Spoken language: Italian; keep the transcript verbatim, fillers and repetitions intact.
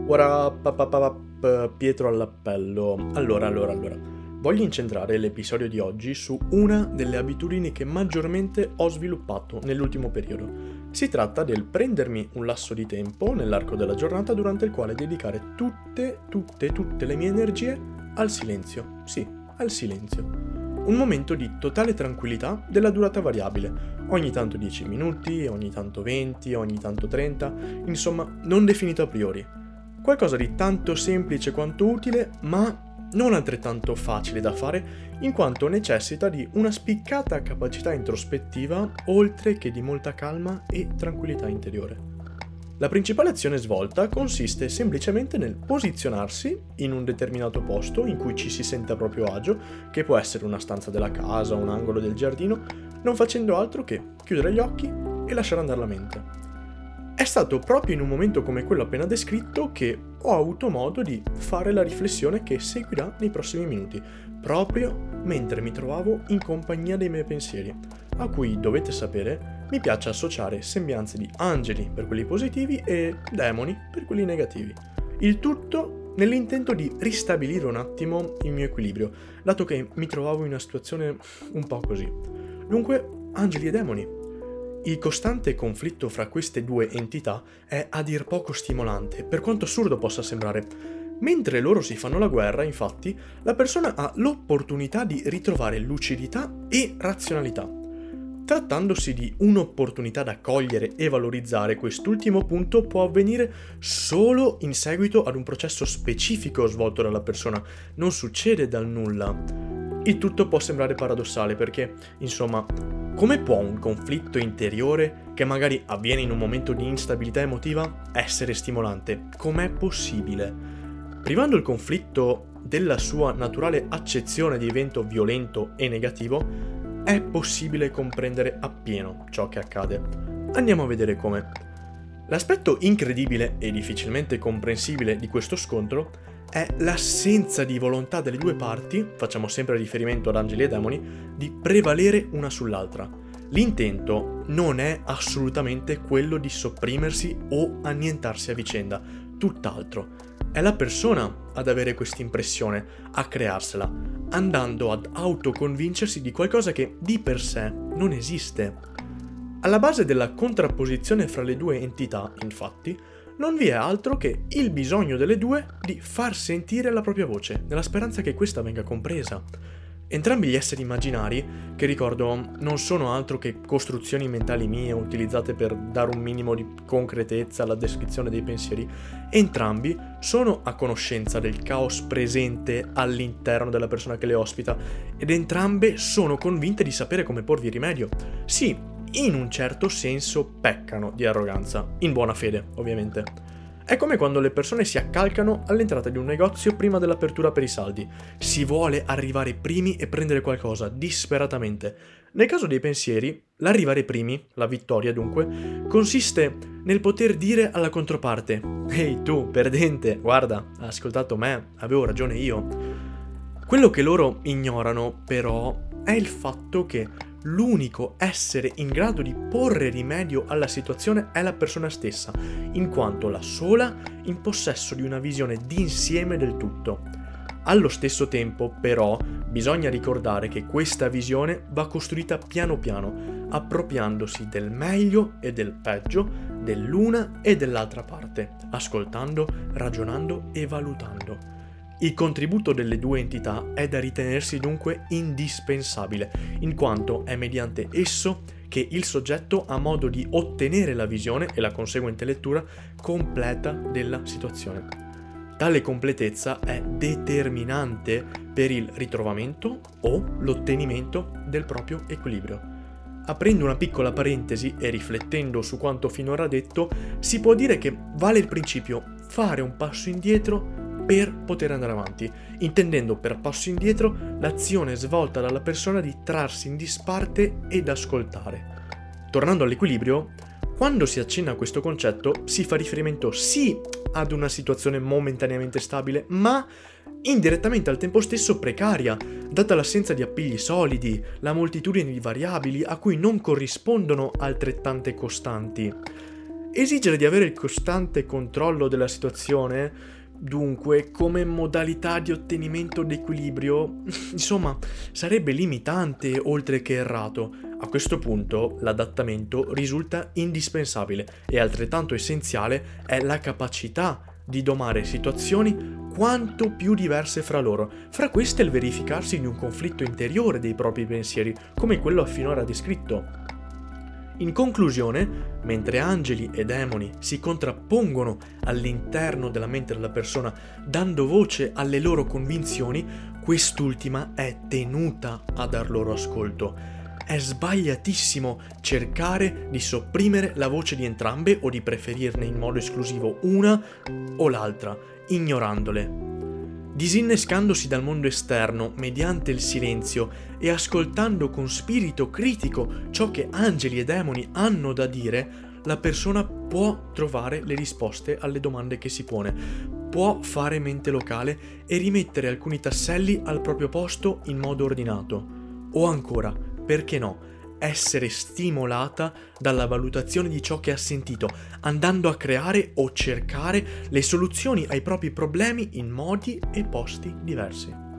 Ora, pa, pa, pa, pa, Pietro all'appello. Allora, allora, allora. Voglio incentrare l'episodio di oggi su una delle abitudini che maggiormente ho sviluppato nell'ultimo periodo. Si tratta del prendermi un lasso di tempo nell'arco della giornata durante il quale dedicare tutte, tutte, tutte le mie energie al silenzio. Sì, al silenzio. Un momento di totale tranquillità della durata variabile, ogni tanto dieci minuti, ogni tanto venti, ogni tanto trenta, insomma non definito a priori. Qualcosa di tanto semplice quanto utile, ma non altrettanto facile da fare, in quanto necessita di una spiccata capacità introspettiva, oltre che di molta calma e tranquillità interiore. La principale azione svolta consiste semplicemente nel posizionarsi in un determinato posto in cui ci si sente a proprio agio, che può essere una stanza della casa, un angolo del giardino, non facendo altro che chiudere gli occhi e lasciare andare la mente. È stato proprio in un momento come quello appena descritto che ho avuto modo di fare la riflessione che seguirà nei prossimi minuti, proprio mentre mi trovavo in compagnia dei miei pensieri, a cui, dovete sapere, mi piace associare sembianze di angeli per quelli positivi e demoni per quelli negativi. Il tutto nell'intento di ristabilire un attimo il mio equilibrio, dato che mi trovavo in una situazione un po' così. Dunque, angeli e demoni. Il costante conflitto fra queste due entità è a dir poco stimolante, per quanto assurdo possa sembrare. Mentre loro si fanno la guerra, infatti, la persona ha l'opportunità di ritrovare lucidità e razionalità. Trattandosi di un'opportunità da cogliere e valorizzare, quest'ultimo punto può avvenire solo in seguito ad un processo specifico svolto dalla persona, non succede dal nulla. Il tutto può sembrare paradossale perché, insomma, come può un conflitto interiore, che magari avviene in un momento di instabilità emotiva, essere stimolante? Com'è possibile? Privando il conflitto della sua naturale accezione di evento violento e negativo, è possibile comprendere appieno ciò che accade. Andiamo a vedere come. L'aspetto incredibile e difficilmente comprensibile di questo scontro è l'assenza di volontà delle due parti, facciamo sempre riferimento ad angeli e demoni, di prevalere una sull'altra. L'intento non è assolutamente quello di sopprimersi o annientarsi a vicenda, tutt'altro. È la persona ad avere questa impressione, a crearsela, andando ad autoconvincersi di qualcosa che di per sé non esiste. Alla base della contrapposizione fra le due entità, infatti, non vi è altro che il bisogno delle due di far sentire la propria voce, nella speranza che questa venga compresa. Entrambi gli esseri immaginari, che ricordo non sono altro che costruzioni mentali mie utilizzate per dare un minimo di concretezza alla descrizione dei pensieri, entrambi sono a conoscenza del caos presente all'interno della persona che le ospita ed entrambe sono convinte di sapere come porvi rimedio. Sì, in un certo senso peccano di arroganza, in buona fede, ovviamente. È come quando le persone si accalcano all'entrata di un negozio prima dell'apertura per i saldi. Si vuole arrivare primi e prendere qualcosa, disperatamente. Nel caso dei pensieri, l'arrivare primi, la vittoria dunque, consiste nel poter dire alla controparte: «Ehi tu, perdente, guarda, hai ascoltato me, avevo ragione io». Quello che loro ignorano, però, è il fatto che l'unico essere in grado di porre rimedio alla situazione è la persona stessa, in quanto la sola in possesso di una visione d'insieme del tutto. Allo stesso tempo, però, bisogna ricordare che questa visione va costruita piano piano, appropriandosi del meglio e del peggio dell'una e dell'altra parte, ascoltando, ragionando e valutando. Il contributo delle due entità è da ritenersi dunque indispensabile, in quanto è mediante esso che il soggetto ha modo di ottenere la visione e la conseguente lettura completa della situazione. Tale completezza è determinante per il ritrovamento o l'ottenimento del proprio equilibrio. Aprendo una piccola parentesi e riflettendo su quanto finora detto, si può dire che vale il principio fare un passo indietro per poter andare avanti, intendendo per passo indietro l'azione svolta dalla persona di trarsi in disparte ed ascoltare. Tornando all'equilibrio, quando si accenna a questo concetto si fa riferimento sì ad una situazione momentaneamente stabile, ma indirettamente al tempo stesso precaria, data l'assenza di appigli solidi, la moltitudine di variabili a cui non corrispondono altrettante costanti. Esigere di avere il costante controllo della situazione, dunque, come modalità di ottenimento d'equilibrio, insomma, sarebbe limitante oltre che errato. A questo punto l'adattamento risulta indispensabile e altrettanto essenziale è la capacità di domare situazioni quanto più diverse fra loro, fra queste il verificarsi di un conflitto interiore dei propri pensieri, come quello finora descritto. In conclusione, mentre angeli e demoni si contrappongono all'interno della mente della persona dando voce alle loro convinzioni, quest'ultima è tenuta a dar loro ascolto. È sbagliatissimo cercare di sopprimere la voce di entrambe o di preferirne in modo esclusivo una o l'altra, ignorandole. Disinnescandosi dal mondo esterno mediante il silenzio e ascoltando con spirito critico ciò che angeli e demoni hanno da dire, la persona può trovare le risposte alle domande che si pone, può fare mente locale e rimettere alcuni tasselli al proprio posto in modo ordinato. O ancora, perché no, essere stimolata dalla valutazione di ciò che ha sentito, andando a creare o cercare le soluzioni ai propri problemi in modi e posti diversi.